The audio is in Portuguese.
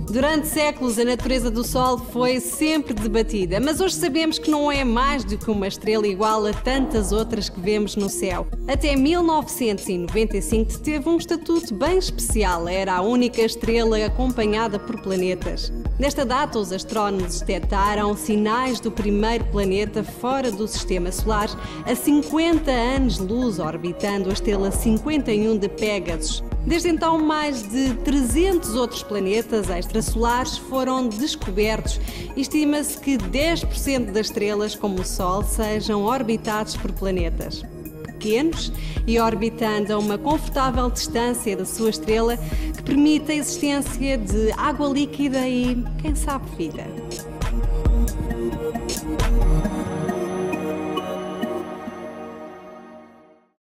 Durante séculos, a natureza do Sol foi sempre debatida, mas hoje sabemos que não é mais do que uma estrela igual a tantas outras que vemos no céu. Até 1995 teve um estatuto bem especial, era a única estrela acompanhada por planetas. Nesta data, os astrónomos detectaram sinais do primeiro planeta fora do Sistema Solar a 50 anos-luz, orbitando a estrela 51 de Pégasus. Desde então, mais de 300 outros planetas extrasolares foram descobertos e estima-se que 10% das estrelas, como o Sol, sejam orbitados por planetas pequenos e orbitando a uma confortável distância da sua estrela, que permite a existência de água líquida e, quem sabe, vida.